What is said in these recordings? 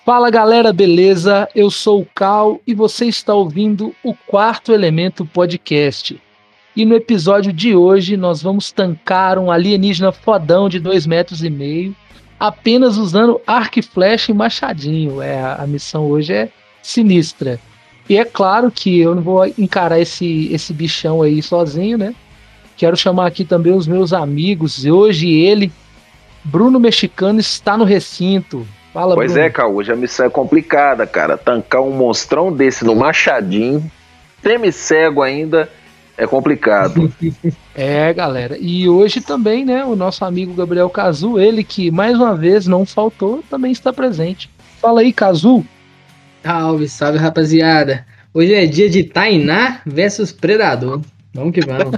Fala galera, beleza? Eu sou o Cal e você está ouvindo o Quarto Elemento Podcast. E no episódio de hoje nós vamos tancar um alienígena fodão de 2,5 metros, apenas usando arco e flecha e machadinho. A missão hoje é sinistra. E é claro que eu não vou encarar esse bichão aí sozinho, né? Quero chamar aqui também os meus amigos. E hoje ele, Bruno Mexicano, está no recinto. Fala, pois Bruno. É, Cal, hoje a missão é complicada, cara. Tancar um monstrão desse no machadinho, semi-cego ainda, é complicado. Galera. E hoje também, né, o nosso amigo Gabriel Cazu, ele que mais uma vez não faltou, também está presente. Fala aí, Cazu. Salve, salve, rapaziada. Hoje é dia de Tainá versus Predador. Vamos que vamos.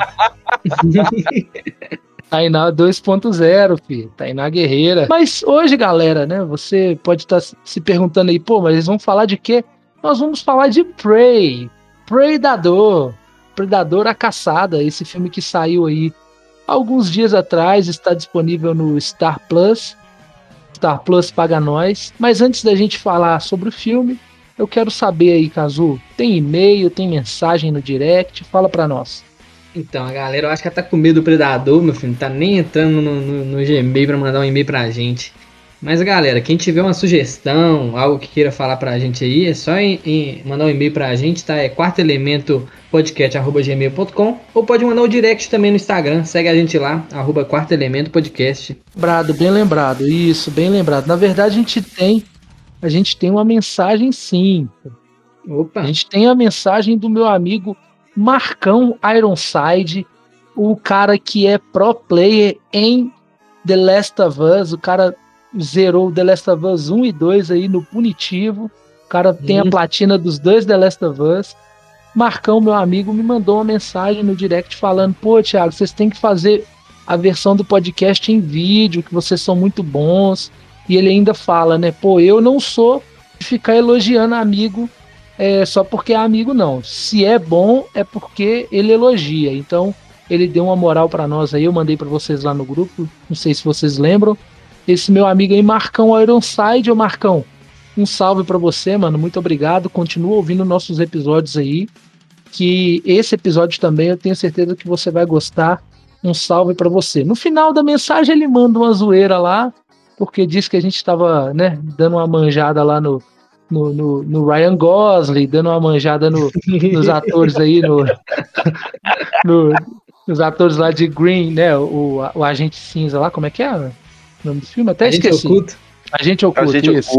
Tainá 2.0, filho. Tainá guerreira. Mas hoje, galera, né, você pode estar se perguntando aí, pô, mas eles vão falar de quê? Nós vamos falar de Prey. Predador. Predador a Caçada. Esse filme que saiu aí alguns dias atrás, está disponível no Star Plus. Star Plus paga nós. Mas antes da gente falar sobre o filme, eu quero saber aí, Cazu, tem e-mail, tem mensagem no direct? Fala pra nós. Então, a galera, eu acho que ela tá com medo do Predador, meu filho. Não tá nem entrando no Gmail pra mandar um e-mail pra gente. Mas, galera, quem tiver uma sugestão, algo que queira falar pra gente aí, é só mandar um e-mail pra gente, tá? É quartoelementopodcast@gmail.com, ou pode mandar o direct também no Instagram. Segue a gente lá, @quartoelementopodcast. Bem lembrado. Isso, bem lembrado. Na verdade, a gente tem uma mensagem, sim. Opa! A gente tem a mensagem do meu amigo Marcão Ironside, o cara que é pro player em The Last of Us. O cara zerou The Last of Us 1 e 2 aí no punitivo. O cara tem a platina dos 2 The Last of Us. Marcão, meu amigo, me mandou uma mensagem no direct falando: pô, Thiago, vocês têm que fazer a versão do podcast em vídeo, que vocês são muito bons. E ele ainda fala, né? Pô, eu não sou de ficar elogiando amigo só porque é amigo, não. Se é bom, é porque ele elogia. Então, ele deu uma moral pra nós aí. Eu mandei pra vocês lá no grupo. Não sei se vocês lembram. Esse meu amigo aí, Marcão Ironside. Ô, Marcão, um salve pra você, mano. Muito obrigado. Continua ouvindo nossos episódios aí. Que esse episódio também eu tenho certeza que você vai gostar. Um salve pra você. No final da mensagem, ele manda uma zoeira lá, porque disse que a gente tava, né, dando uma manjada lá no Ryan Gosling, dando uma manjada nos atores aí, nos atores lá de Green, né? O Agente Cinza lá, como é que é o nome do filme? Até esqueci. Agente Oculto, isso.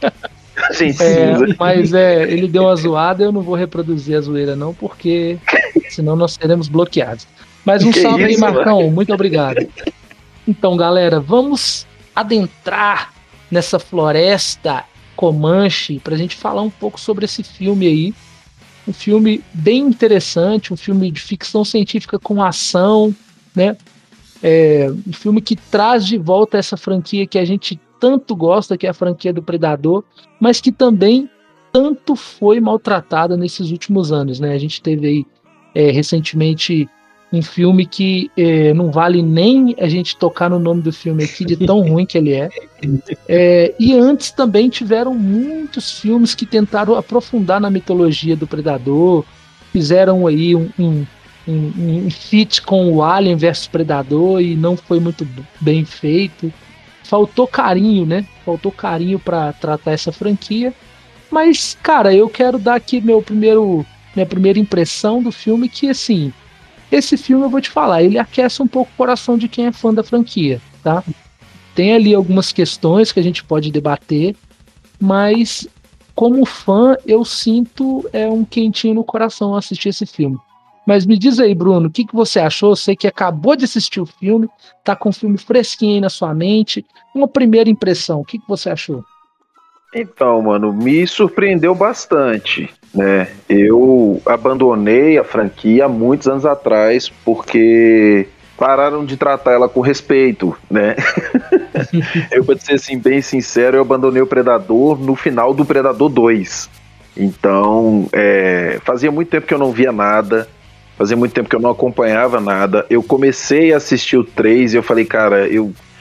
Mas ele deu uma zoada, eu não vou reproduzir a zoeira não, porque senão nós seremos bloqueados. Mas um salve aí, Marcão, mano. Muito obrigado. Então, galera, vamos adentrar nessa floresta Comanche pra gente falar um pouco sobre esse filme aí. Um filme bem interessante, um filme de ficção científica com ação, né? Um filme que traz de volta essa franquia que a gente tanto gosta, que é a franquia do Predador, mas que também tanto foi maltratada nesses últimos anos, né? A gente teve aí recentemente um filme que não vale nem a gente tocar no nome do filme aqui, de tão ruim que ele é. E antes também tiveram muitos filmes que tentaram aprofundar na mitologia do Predador, fizeram aí um feat com o Alien versus Predador e não foi muito bem feito. Faltou carinho, né? Faltou carinho para tratar essa franquia. Mas, cara, eu quero dar aqui minha primeira impressão do filme, que assim, esse filme eu vou te falar, ele aquece um pouco o coração de quem é fã da franquia, tá? Tem ali algumas questões que a gente pode debater, mas como fã eu sinto um quentinho no coração ao assistir esse filme. Mas me diz aí, Bruno, o que você achou? Eu sei que acabou de assistir o filme, tá com o filme fresquinho aí na sua mente. Uma primeira impressão, o que você achou? Então, mano, me surpreendeu bastante, né? Eu abandonei a franquia há muitos anos atrás porque pararam de tratar ela com respeito, né? Eu, pra ser assim, bem sincero, eu abandonei o Predador no final do Predador 2. Então, fazia muito tempo que eu não via nada, fazia muito tempo que eu não acompanhava nada. Eu comecei a assistir o 3 e eu falei, cara, eu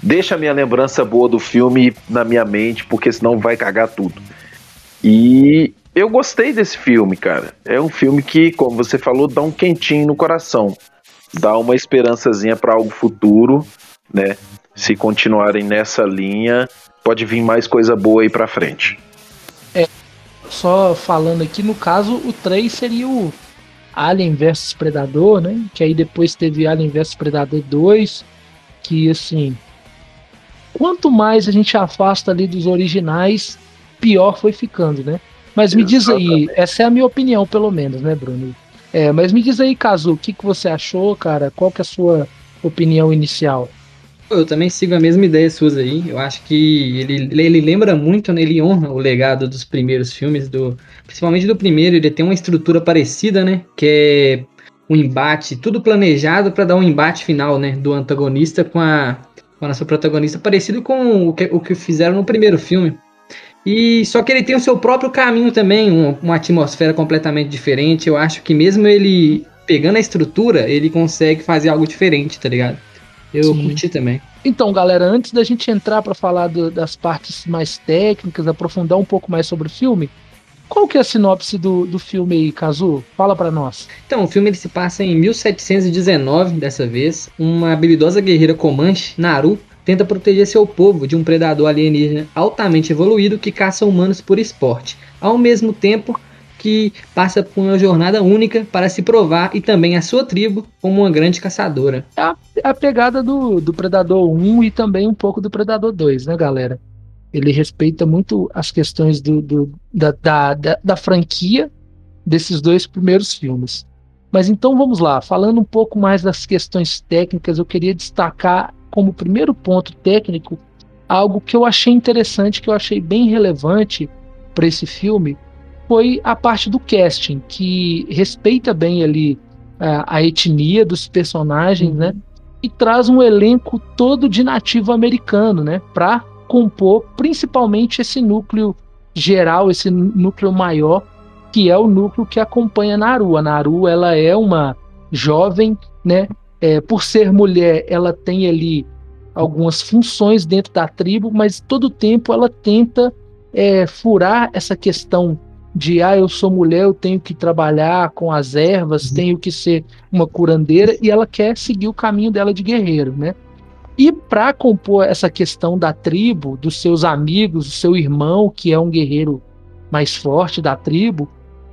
deixa a minha lembrança boa do filme na minha mente, porque senão vai cagar tudo. E eu gostei desse filme, cara. É um filme que, como você falou, dá um quentinho no coração. Dá uma esperançazinha para algo futuro, né? Se continuarem nessa linha, pode vir mais coisa boa aí pra frente. Só falando aqui, no caso, o 3 seria o Alien vs Predador, né? Que aí depois teve Alien vs Predador 2, que assim, quanto mais a gente afasta ali dos originais, pior foi ficando, né? Mas me diz aí, essa é a minha opinião, pelo menos, né, Bruno? Mas me diz aí, Kazu, o que você achou, cara? Qual que é a sua opinião inicial? Eu também sigo a mesma ideia suas aí. Eu acho que ele lembra muito, né? Ele honra o legado dos primeiros filmes, principalmente do primeiro. Ele tem uma estrutura parecida, né? Que é um embate, tudo planejado para dar um embate final, né? Do antagonista com a nossa protagonista, parecido com o que fizeram no primeiro filme. E só que ele tem o seu próprio caminho também, uma atmosfera completamente diferente. Eu acho que mesmo ele pegando a estrutura, ele consegue fazer algo diferente, tá ligado? Eu curti também. Então, galera, antes da gente entrar para falar das partes mais técnicas, aprofundar um pouco mais sobre o filme, qual que é a sinopse do filme aí, Kazu? Fala para nós. Então, o filme ele se passa em 1719, dessa vez. Uma habilidosa guerreira Comanche, Naru, tenta proteger seu povo de um predador alienígena altamente evoluído que caça humanos por esporte, ao mesmo tempo que passa por uma jornada única para se provar e também a sua tribo como uma grande caçadora. É a pegada do Predador 1 e também um pouco do Predador 2, né, galera? Ele respeita muito as questões da franquia desses dois primeiros filmes. Mas então vamos lá, falando um pouco mais das questões técnicas, eu queria destacar como primeiro ponto técnico algo que eu achei interessante, que eu achei bem relevante para esse filme, foi a parte do casting, que respeita bem ali a etnia dos personagens, né? E traz um elenco todo de nativo americano, né? Para compor principalmente esse núcleo geral, esse núcleo maior, que é o núcleo que acompanha a Naru. A Naru, ela é uma jovem, né? Por ser mulher, ela tem ali algumas funções dentro da tribo, mas todo tempo ela tenta furar essa questão de eu sou mulher, eu tenho que trabalhar com as ervas, tenho que ser uma curandeira, e ela quer seguir o caminho dela de guerreiro, né? E para compor essa questão da tribo, dos seus amigos, do seu irmão, que é um guerreiro mais forte da tribo,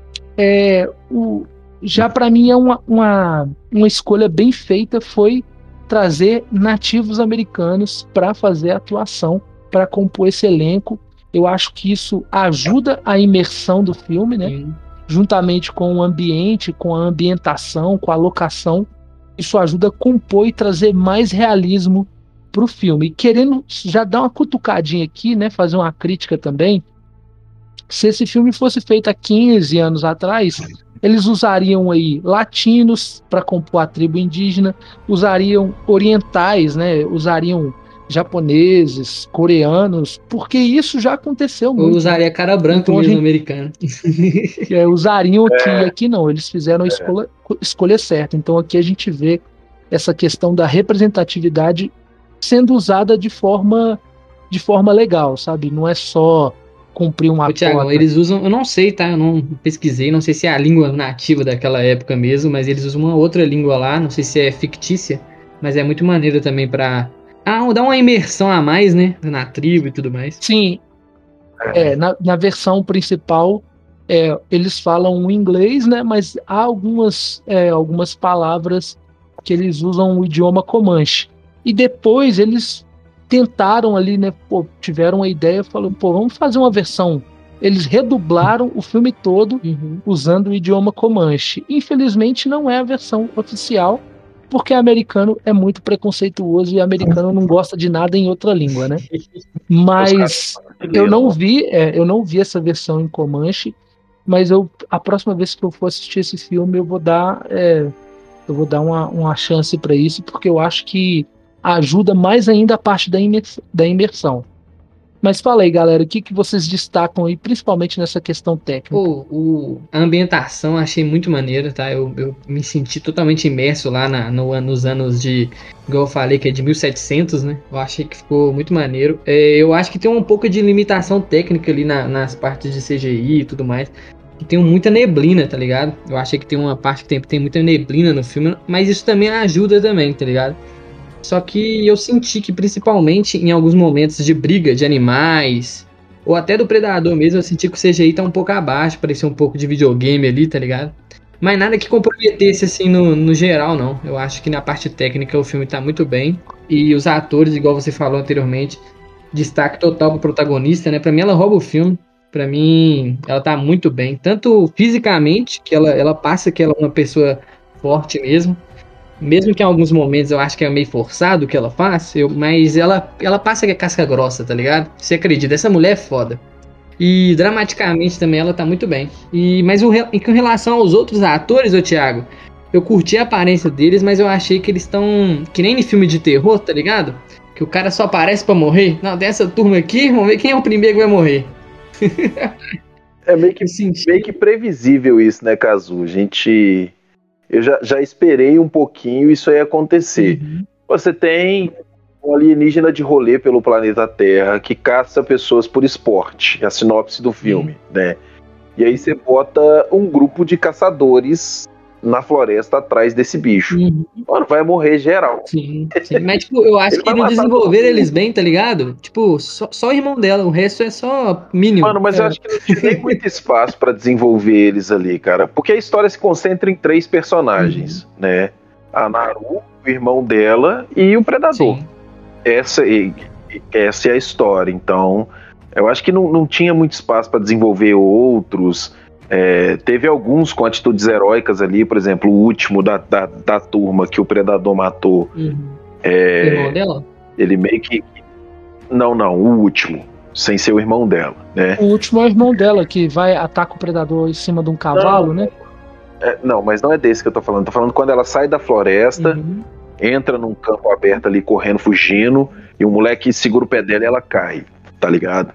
já para mim é uma escolha bem feita, foi trazer nativos americanos para fazer a atuação, para compor esse elenco. Eu acho que isso ajuda a imersão do filme, né? Juntamente com o ambiente, com a ambientação, com a locação. Isso ajuda a compor e trazer mais realismo para o filme. E querendo já dar uma cutucadinha aqui, né? Fazer uma crítica também. Se esse filme fosse feito há 15 anos atrás, eles usariam aí latinos para compor a tribo indígena, usariam orientais, né? Usariam japoneses, coreanos, porque isso já aconteceu muito. Eu usaria cara branca então, mesmo, americano. Usariam aqui não, eles fizeram a escolha certa. Então aqui a gente vê essa questão da representatividade sendo usada de forma legal, sabe? Não é só cumprir uma Thiago, eles usam, eu não sei, tá? Eu não pesquisei, não sei se é a língua nativa daquela época mesmo, mas eles usam uma outra língua lá, não sei se é fictícia, mas é muito maneiro também pra dá uma imersão a mais, né? Na tribo e tudo mais. Sim. Na versão principal, eles falam inglês, né? Mas há algumas palavras que eles usam o idioma Comanche. E depois eles tentaram ali, né? Tiveram uma ideia, falaram, vamos fazer uma versão. Eles redublaram o filme todo usando o idioma Comanche. Infelizmente não é a versão oficial, porque americano é muito preconceituoso e americano não gosta de nada em outra língua, né? Mas eu não vi essa versão em Comanche, mas a próxima vez que eu for assistir esse filme eu vou dar uma chance para isso, porque eu acho que ajuda mais ainda a parte da imersão. Mas fala aí, galera, o que vocês destacam aí, principalmente nessa questão técnica? A ambientação eu achei muito maneira, tá? Eu me senti totalmente imerso lá nos anos de, igual eu falei, que é de 1700, né? Eu achei que ficou muito maneiro. Eu acho que tem um pouco de limitação técnica ali nas partes de CGI e tudo mais. E tem muita neblina, tá ligado? Eu achei que tem uma parte que tem muita neblina no filme, mas isso também ajuda também, tá ligado? Só que eu senti que principalmente em alguns momentos de briga de animais, ou até do Predador mesmo, eu senti que o CGI tá um pouco abaixo, parecia um pouco de videogame ali, tá ligado? Mas nada que comprometesse assim no geral, não. Eu acho que na parte técnica o filme tá muito bem. E os atores, igual você falou anteriormente, destaque total pro protagonista, né? Pra mim ela rouba o filme. Pra mim ela tá muito bem. Tanto fisicamente, que ela passa que ela é uma pessoa forte mesmo. Mesmo que em alguns momentos eu acho que é meio forçado o que ela faz, mas ela passa que é casca grossa, tá ligado? Você acredita, essa mulher é foda. E dramaticamente também ela tá muito bem. Mas com relação aos outros atores, ô Thiago, eu curti a aparência deles, mas eu achei que eles estão que nem em filme de terror, tá ligado? Que o cara só aparece pra morrer. Não, tem essa turma aqui, vamos ver quem é o primeiro que vai morrer. É meio que previsível isso, né, Kazu? Eu já esperei um pouquinho isso aí acontecer. Uhum. Você tem um alienígena de rolê pelo planeta Terra que caça pessoas por esporte, a sinopse do filme, né? E aí você bota um grupo de caçadores na floresta atrás desse bicho. Mano, vai morrer geral. Sim. Mas, tipo, eu acho que não desenvolveram eles bem, tá ligado? Tipo, só o irmão dela, o resto é só mínimo. Mano, mas eu acho que não tinha nem muito espaço pra desenvolver eles ali, cara. Porque a história se concentra em 3 personagens, né? A Naru, o irmão dela e o Predador. Sim. Essa é a história. Então, eu acho que não tinha muito espaço pra desenvolver outros. Teve alguns com atitudes heróicas ali, por exemplo, o último da turma que o Predador matou. O irmão dela? Ele meio que... Não, o último, sem ser o irmão dela, né? O último é o irmão dela, que ataca o Predador em cima de um cavalo, né? Não, mas não é desse que eu tô falando. Tô falando quando ela sai da floresta, entra num campo aberto ali, correndo, fugindo, e o moleque segura o pé dela e ela cai, tá ligado?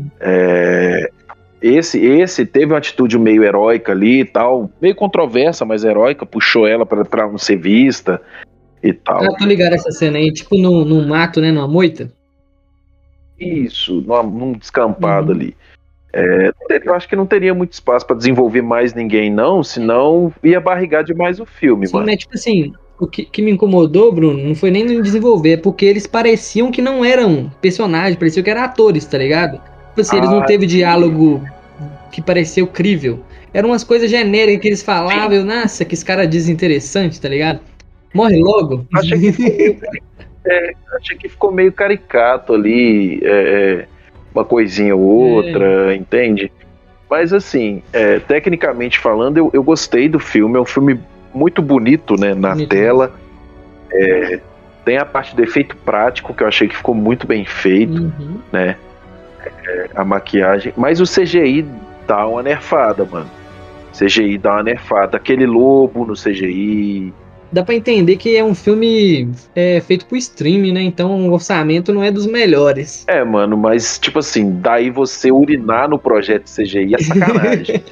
Esse teve uma atitude meio heróica ali e tal, meio controversa, mas heróica, puxou ela pra não ser vista e tal. Tô ligado essa cena aí, tipo num mato, né, numa moita? Isso, num descampado ali. Eu acho que não teria muito espaço pra desenvolver mais ninguém não, senão ia barrigar demais o filme, Sim, mano. mas tipo assim, o que me incomodou, Bruno, não foi nem no desenvolver, é porque eles pareciam que não eram personagens, pareciam que eram atores, tá ligado? Tipo assim, eles não teve diálogo que pareceu crível. Eram umas coisas genéricas que eles falavam, eu, nossa, que esse cara desinteressante, tá ligado? Morre logo. Achei que ficou meio caricato ali, uma coisinha ou outra, entende? Mas assim, tecnicamente falando, eu gostei do filme, é um filme muito bonito, né, na tela. Tem a parte do efeito prático, que eu achei que ficou muito bem feito, né? A maquiagem, mas o CGI dá uma nerfada, mano. CGI dá uma nerfada. Aquele lobo no CGI. Dá pra entender que é um filme feito por streaming, né? Então o orçamento não é dos melhores. Mano, mas tipo assim, daí você urinar no projeto CGI é sacanagem.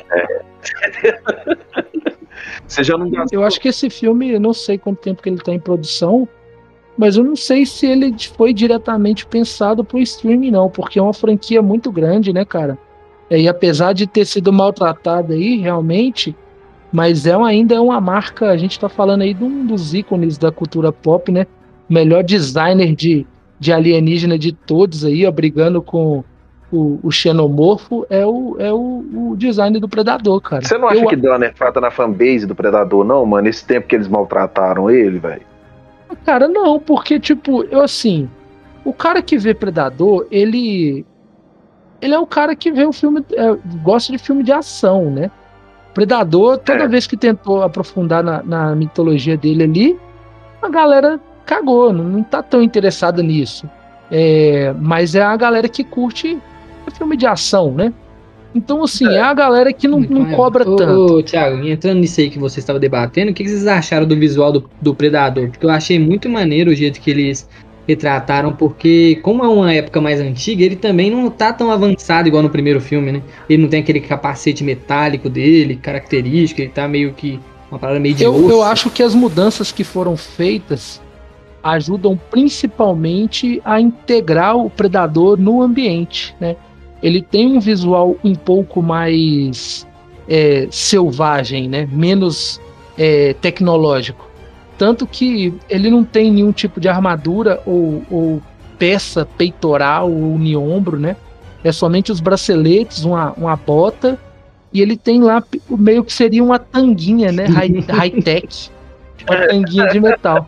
Você já não gastou. Eu acho que esse filme, eu não sei quanto tempo que ele tá em produção, mas eu não sei se ele foi diretamente pensado pro streaming, não, porque é uma franquia muito grande, né, cara? E apesar de ter sido maltratada aí, realmente, mas ainda é uma marca, a gente tá falando aí de um dos ícones da cultura pop, né? O melhor designer de alienígena de todos aí, ó, brigando com o xenomorfo, é o design do Predador, cara. Você não acha que deu uma nerfada na fanbase do Predador, não, mano? Esse tempo que eles maltrataram ele, velho? Cara, não, porque, tipo, o cara que vê Predador, ele é o cara que vê o filme, gosta de filme de ação, né? Predador, toda vez que tentou aprofundar na mitologia dele ali, a galera cagou, não tá tão interessada nisso. Mas é a galera que curte filme de ação, né? Então, assim, é a galera que não cobra tanto. Ô, Thiago, entrando nisso aí que você estava debatendo, o que vocês acharam do visual do Predador? Porque eu achei muito maneiro o jeito que eles retrataram, porque como é uma época mais antiga, ele também não tá tão avançado igual no primeiro filme, né? Ele não tem aquele capacete metálico dele, característico, ele tá meio que uma parada meio de osso. Eu acho que as mudanças que foram feitas ajudam principalmente a integrar o predador no ambiente, né? Ele tem um visual um pouco mais selvagem, né? Menos tecnológico. Tanto que ele não tem nenhum tipo de armadura ou peça peitoral ou uniombro, né? É somente os braceletes, uma bota, e ele tem lá meio que seria uma tanguinha, né? High-tech. Uma tanguinha de metal.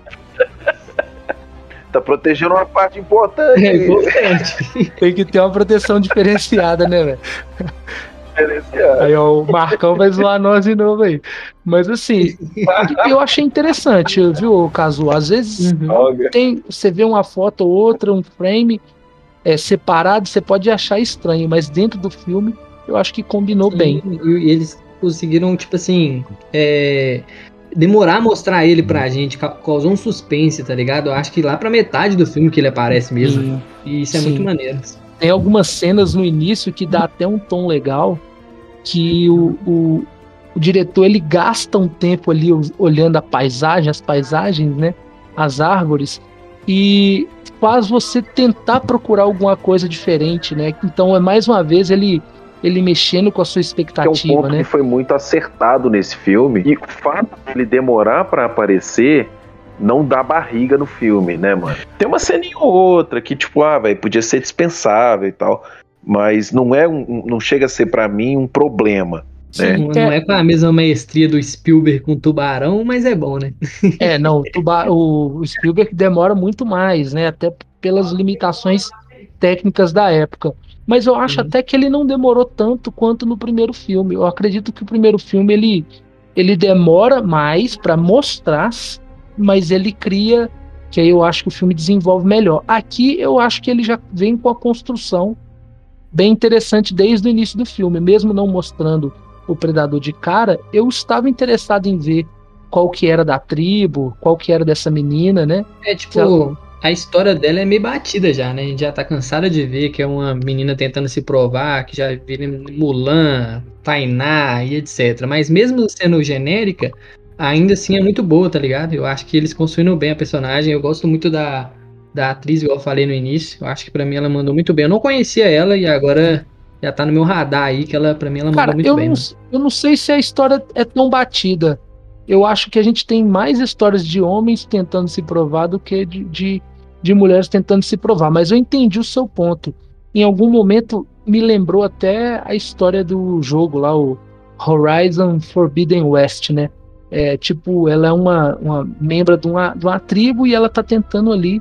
Tá protegendo uma parte importante. É importante. Tem que ter uma proteção diferenciada, né, velho? Aí, ó, o Marcão vai zoar nós de novo aí. Mas assim, eu achei interessante, viu, Cazu? Às vezes você vê uma foto ou outra, um frame separado, você pode achar estranho, mas dentro do filme eu acho que combinou bem. E eles conseguiram, tipo assim, demorar a mostrar ele pra gente, causou um suspense, tá ligado? Eu acho que lá pra metade do filme que ele aparece mesmo. Sim. E isso é muito maneiro. Tem algumas cenas no início que dá até um tom legal, que o diretor ele gasta um tempo ali olhando as paisagens, né, as árvores, e faz você tentar procurar alguma coisa diferente, né? Então é mais uma vez ele mexendo com a sua expectativa, é um ponto, né? que foi muito acertado nesse filme, e o fato de ele demorar pra aparecer não dá barriga no filme, né, mano? Tem uma ceninha ou outra que, tipo, podia ser dispensável e tal, mas não chega a ser pra mim um problema, né? Sim, não é com a mesma maestria do Spielberg com Tubarão, mas é bom, né? Não, o Spielberg demora muito mais, né? Até pelas limitações técnicas da época. Mas eu acho até que ele não demorou tanto quanto no primeiro filme. Eu acredito que o primeiro filme ele demora mais pra mostrar, mas ele cria, que aí eu acho que o filme desenvolve melhor. Aqui eu acho que ele já vem com a construção bem interessante desde o início do filme. Mesmo não mostrando o predador de cara, eu estava interessado em ver qual que era da tribo, qual que era dessa menina, né? A história dela é meio batida já, né? A gente já tá cansado de ver que é uma menina tentando se provar, que já vira Mulan, Tainá e etc. Mas mesmo sendo genérica, ainda assim é muito boa, tá ligado? Eu acho que eles construíram bem a personagem. Eu gosto muito da atriz, igual eu falei no início. Eu acho que pra mim ela mandou muito bem. Eu não conhecia ela e agora já tá no meu radar aí, que pra mim ela mandou muito bem. Eu não sei se a história é tão batida. Eu acho que a gente tem mais histórias de homens tentando se provar do que de mulheres tentando se provar. Mas eu entendi o seu ponto. Em algum momento me lembrou até a história do jogo lá, o Horizon Forbidden West, né? Ela é uma membro de uma tribo e ela tá tentando ali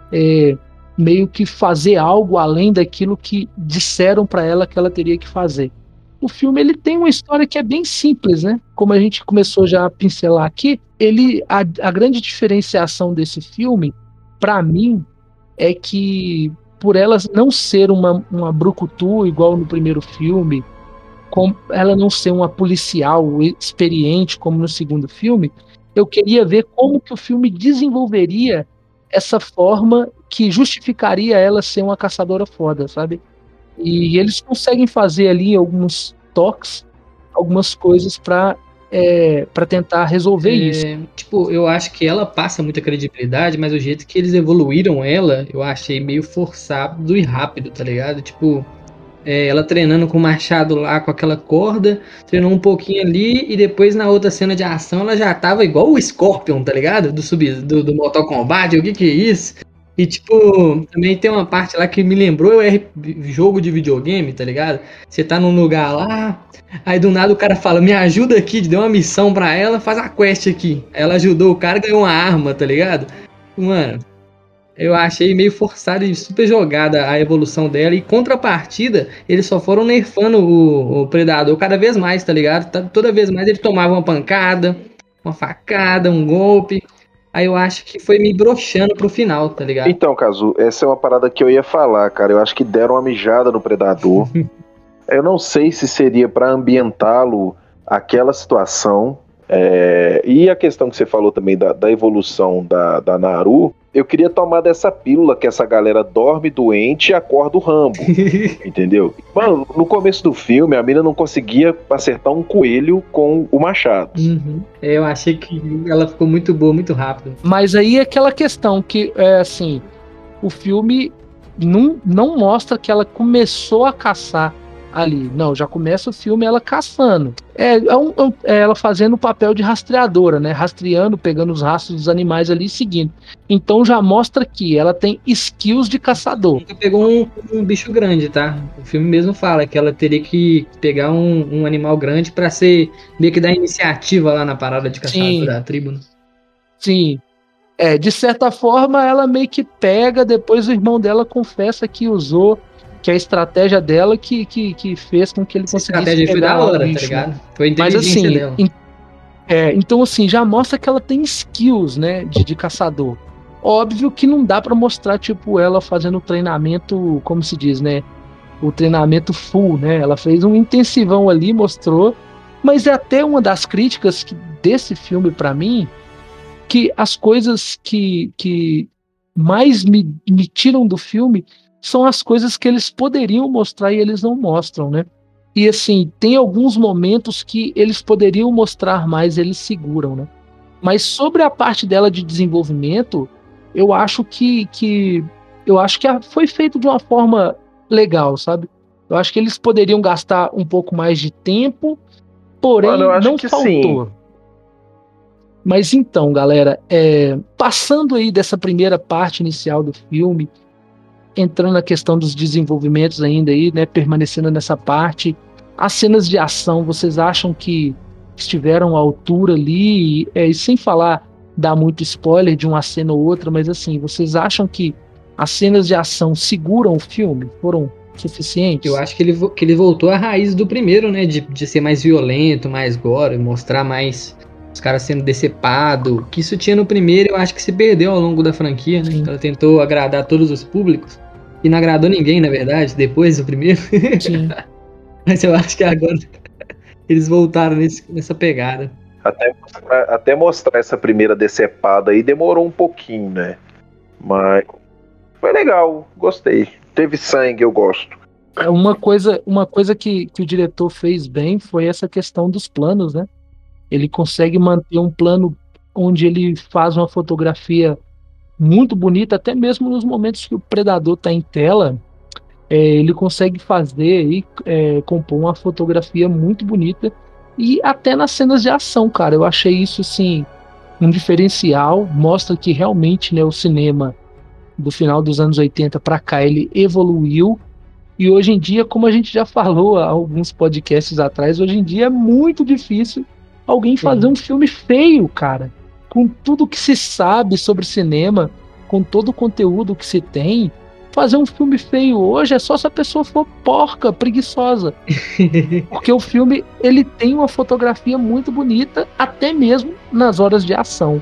meio que fazer algo além daquilo que disseram para ela que ela teria que fazer. O filme ele tem uma história que é bem simples, né? Como a gente começou já a pincelar aqui, a grande diferenciação desse filme, para mim, é que por ela não ser uma brucutu igual no primeiro filme, ela não ser uma policial experiente como no segundo filme, eu queria ver como que o filme desenvolveria essa forma que justificaria ela ser uma caçadora foda, sabe? E eles conseguem fazer ali alguns toques, algumas coisas para tentar resolver isso. Eu acho que ela passa muita credibilidade, mas o jeito que eles evoluíram ela, eu achei meio forçado e rápido, tá ligado? Ela treinando com o machado lá, com aquela corda, treinou um pouquinho ali, e depois na outra cena de ação ela já tava igual o Scorpion, tá ligado? Do Mortal Kombat, o que é isso? E também tem uma parte lá que me lembrou jogo de videogame, tá ligado? Você tá num lugar lá, aí do nada o cara fala, me ajuda aqui, deu uma missão pra ela, faz a quest aqui. Aí ela ajudou o cara, ganhou uma arma, tá ligado? Mano, eu achei meio forçado e super jogada a evolução dela. E contrapartida, eles só foram nerfando o Predador cada vez mais, tá ligado? Toda vez mais ele tomava uma pancada, uma facada, um golpe. Aí eu acho que foi me broxando pro final, tá ligado? Então, Cazu, essa é uma parada que eu ia falar, cara. Eu acho que deram uma mijada no Predador. Eu não sei se seria pra ambientá-lo aquela situação, E a questão que você falou também da evolução da Naru, eu queria tomar dessa pílula que essa galera dorme doente e acorda o Rambo, entendeu? Mano, no começo do filme, a mina não conseguia acertar um coelho com o machado. Eu achei que ela ficou muito boa, muito rápido. Mas aí é aquela questão que, assim, o filme não mostra que ela começou a caçar ali. Não, já começa o filme ela caçando. Ela fazendo o papel de rastreadora, né? Rastreando, pegando os rastros dos animais ali e seguindo. Então já mostra que ela tem skills de caçador. Nunca pegou um bicho grande, tá? O filme mesmo fala que ela teria que pegar um animal grande pra ser meio que dar iniciativa lá na parada de caçador da tribo, né? Sim. De certa forma, ela meio que pega, depois o irmão dela confessa que usou, que a estratégia dela que fez com que ele conseguisse pegar. A estratégia foi da hora, tá ligado? Foi a inteligência dela. Então, assim, já mostra que ela tem skills, né, de caçador. Óbvio que não dá pra mostrar, tipo, ela fazendo treinamento, como se diz, né, o treinamento full, né, ela fez um intensivão ali, mostrou, mas é até uma das críticas desse filme pra mim, que as coisas que mais me tiram do filme são as coisas que eles poderiam mostrar e eles não mostram, né? E assim, tem alguns momentos que eles poderiam mostrar mais, eles seguram, né? Mas sobre a parte dela de desenvolvimento, eu acho que foi feito de uma forma legal, sabe? Eu acho que eles poderiam gastar um pouco mais de tempo, porém não faltou. Sim. Mas então, galera, passando aí dessa primeira parte inicial do filme, entrando na questão dos desenvolvimentos ainda aí, né, permanecendo nessa parte, as cenas de ação, vocês acham que estiveram à altura ali? E sem falar, dar muito spoiler de uma cena ou outra, mas assim, vocês acham que as cenas de ação seguram o filme? Foram suficientes? Eu acho que ele voltou à raiz do primeiro, né, de ser mais violento, mais gore, mostrar mais os caras sendo decepados, que isso tinha no primeiro, eu acho que se perdeu ao longo da franquia, né? Sim. Ela tentou agradar todos os públicos e não agradou ninguém, na verdade, depois do primeiro. Sim. Mas eu acho que agora eles voltaram nessa pegada. Até mostrar essa primeira decepada aí demorou um pouquinho, né? Mas foi legal, gostei. Teve sangue, eu gosto. Uma coisa que o diretor fez bem foi essa questão dos planos, né? Ele consegue manter um plano onde ele faz uma fotografia muito bonita, até mesmo nos momentos que o predador está em tela, ele consegue fazer e compor uma fotografia muito bonita, e até nas cenas de ação, cara, eu achei isso assim um diferencial, mostra que realmente, né, o cinema do final dos anos 80 para cá, ele evoluiu, e hoje em dia, como a gente já falou há alguns podcasts atrás, hoje em dia é muito difícil alguém fazer um filme feio, cara. Com tudo que se sabe sobre cinema, com todo o conteúdo que se tem, fazer um filme feio hoje é só se a pessoa for porca, preguiçosa. Porque o filme, ele tem uma fotografia muito bonita, até mesmo nas horas de ação.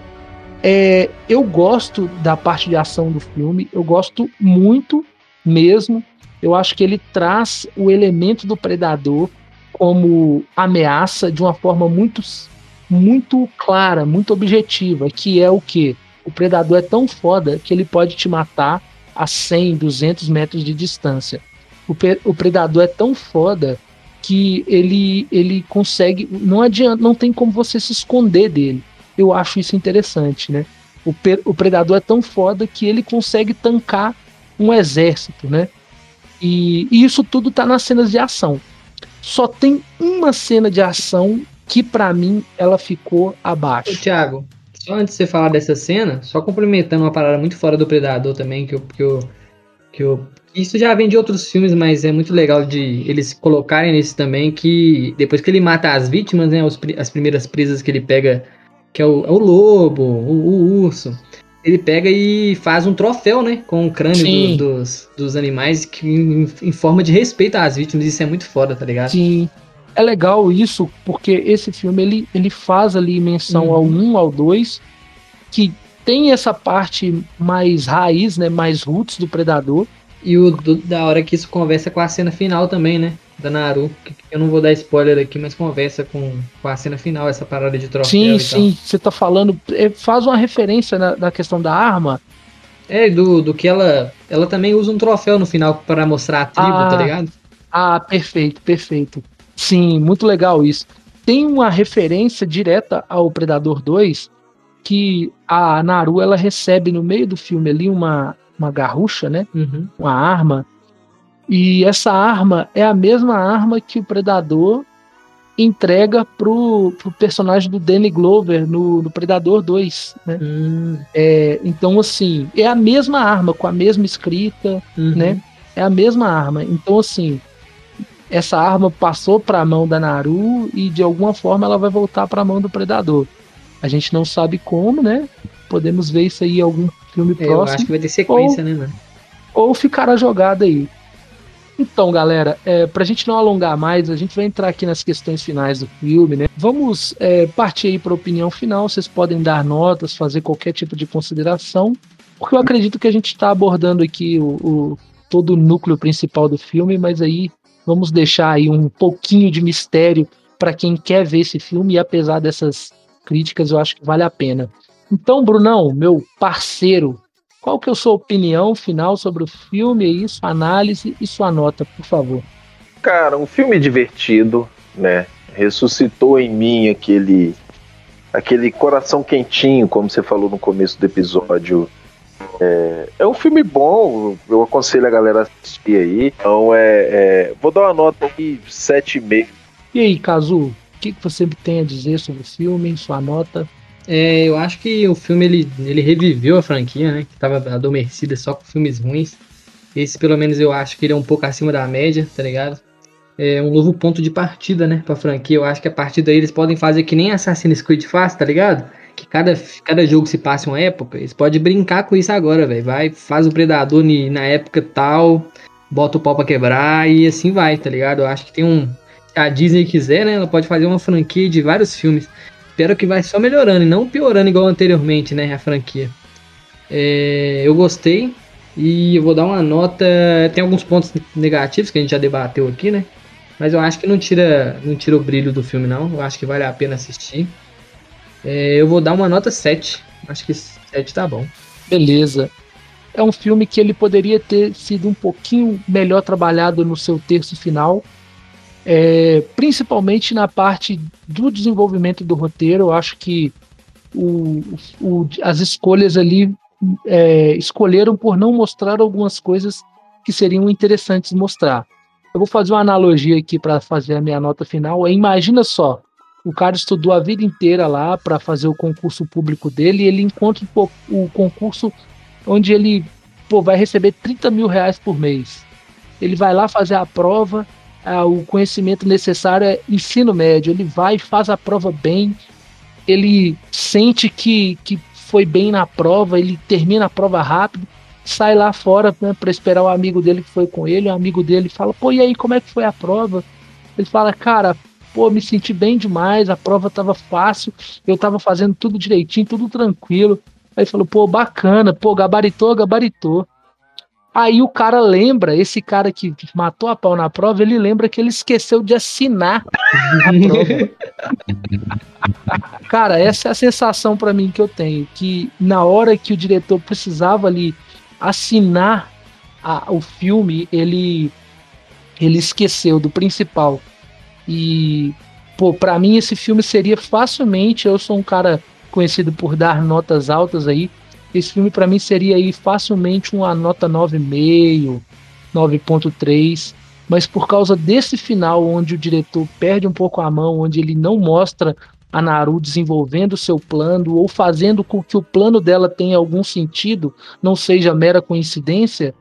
Eu gosto da parte de ação do filme, eu gosto muito mesmo. Eu acho que ele traz o elemento do predador como ameaça de uma forma muito, muito clara, muito objetiva, que é o quê? O predador é tão foda que ele pode te matar a 100, 200 metros de distância. O predador é tão foda que ele consegue, não adianta, não tem como você se esconder dele. Eu acho isso interessante, né? O predador é tão foda que ele consegue tancar um exército, né? E isso tudo tá nas cenas de ação. Só tem uma cena de ação que pra mim ela ficou abaixo. Ô, Thiago, só antes de você falar dessa cena, só complementando uma parada muito fora do Predador também, isso já vem de outros filmes, mas é muito legal de eles colocarem nesse também, que depois que ele mata as vítimas, né, as primeiras presas que ele pega, que é o lobo, o urso, ele pega e faz um troféu, né, com o crânio dos animais que, em forma de respeito às vítimas. Isso é muito foda, tá ligado? Sim, é legal isso, porque esse filme ele faz ali menção ao 1, ao 2, que tem essa parte mais raiz, né, mais roots do Predador, E da hora que isso conversa com a cena final também, né? Da Naru. Eu não vou dar spoiler aqui, mas conversa com a cena final, essa parada de troféu Sim, e sim, você tá falando, faz uma referência na questão da arma. Do que ela também usa um troféu no final para mostrar a tribo, tá ligado? Perfeito, perfeito. Sim, muito legal isso. Tem uma referência direta ao Predador 2 que a Naru ela recebe no meio do filme ali uma garrucha, né? Uhum. Uma arma. E essa arma é a mesma arma que o Predador entrega pro personagem do Danny Glover no Predador 2, né? Então, assim, é a mesma arma, com a mesma escrita, né? É a mesma arma. Então, assim, essa arma passou para a mão da Naru e de alguma forma ela vai voltar para a mão do Predador. A gente não sabe como, né? Podemos ver isso aí em algum filme próximo. Eu acho que vai ter sequência, né, mano? Ou ficará jogada aí. Então, galera, pra gente não alongar mais, a gente vai entrar aqui nas questões finais do filme, né? Vamos partir aí para a opinião final. Vocês podem dar notas, fazer qualquer tipo de consideração, porque eu acredito que a gente está abordando aqui todo o núcleo principal do filme, mas aí vamos deixar aí um pouquinho de mistério para quem quer ver esse filme, e apesar dessas críticas, eu acho que vale a pena. Então, Brunão, meu parceiro, qual que é a sua opinião final sobre o filme aí, sua análise e sua nota, por favor? Cara, um filme divertido, né? Ressuscitou em mim aquele coração quentinho, como você falou no começo do episódio. É um filme bom, eu aconselho a galera a assistir aí. Então vou dar uma nota aqui 7,5. E aí, Kazu, o que você tem a dizer sobre o filme, sua nota? Eu acho que o filme ele reviveu a franquia, né? Que tava adormecida só com filmes ruins. Esse, pelo menos, eu acho que ele é um pouco acima da média, tá ligado? É um novo ponto de partida, né? Pra franquia. Eu acho que a partir daí eles podem fazer que nem Assassin's Creed faz, tá ligado? Que cada jogo se passa uma época. Eles podem brincar com isso agora, velho. Faz o Predador na época tal, bota o pau pra quebrar e assim vai, tá ligado? Eu acho que se a Disney quiser, né? Ela pode fazer uma franquia de vários filmes. Espero que vai só melhorando e não piorando igual anteriormente, né, a franquia. Eu gostei e eu vou dar uma nota. Tem alguns pontos negativos que a gente já debateu aqui, né? Mas eu acho que não tira o brilho do filme, não. Eu acho que vale a pena assistir. Eu vou dar uma nota 7. Acho que 7 tá bom. Beleza. É um filme que ele poderia ter sido um pouquinho melhor trabalhado no seu terço final. Principalmente na parte do desenvolvimento do roteiro. Eu acho que as escolhas ali escolheram por não mostrar algumas coisas que seriam interessantes mostrar. Eu vou fazer uma analogia aqui para fazer a minha nota final. Imagina só, o cara estudou a vida inteira lá para fazer o concurso público dele e ele encontra o concurso onde ele vai receber 30 mil reais por mês. Ele vai lá fazer a prova, o conhecimento necessário é ensino médio, ele vai, faz a prova bem, ele sente que foi bem na prova, ele termina a prova rápido, sai lá fora, né, para esperar o amigo dele que foi com ele, o amigo dele fala, pô, e aí, como é que foi a prova? Ele fala, cara, pô, me senti bem demais, a prova tava fácil, eu tava fazendo tudo direitinho, tudo tranquilo. Aí falou, pô, bacana, pô, gabaritou. Aí o cara lembra, esse cara que matou a pau na prova, ele lembra que ele esqueceu de assinar a prova. Cara, essa é a sensação pra mim que eu tenho, que na hora que o diretor precisava ali assinar o filme, ele esqueceu do principal. E, pô, pra mim esse filme seria facilmente, eu sou um cara conhecido por dar notas altas aí, esse filme pra mim seria aí facilmente uma nota 9,5, 9,3, mas por causa desse final onde o diretor perde um pouco a mão, onde ele não mostra a Naru desenvolvendo o seu plano ou fazendo com que o plano dela tenha algum sentido, não seja mera coincidência,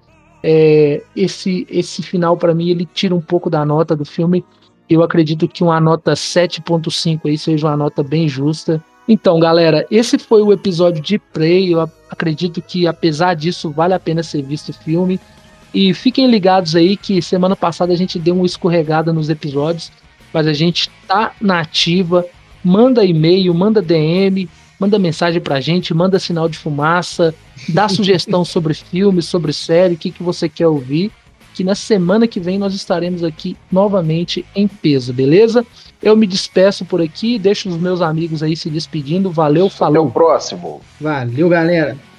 esse final pra mim ele tira um pouco da nota do filme. Eu acredito que uma nota 7,5 aí seja uma nota bem justa. Então, galera, esse foi o episódio de Prey. Eu acredito que, apesar disso, vale a pena ser visto o filme. E fiquem ligados aí que semana passada a gente deu uma escorregada nos episódios, mas a gente tá na ativa. Manda e-mail, manda DM, manda mensagem pra gente, manda sinal de fumaça, dá sugestão sobre filme, sobre série, o que você quer ouvir, que na semana que vem nós estaremos aqui novamente em peso, beleza? Eu me despeço por aqui, deixo os meus amigos aí se despedindo, valeu, falou. Até o próximo. Valeu, galera.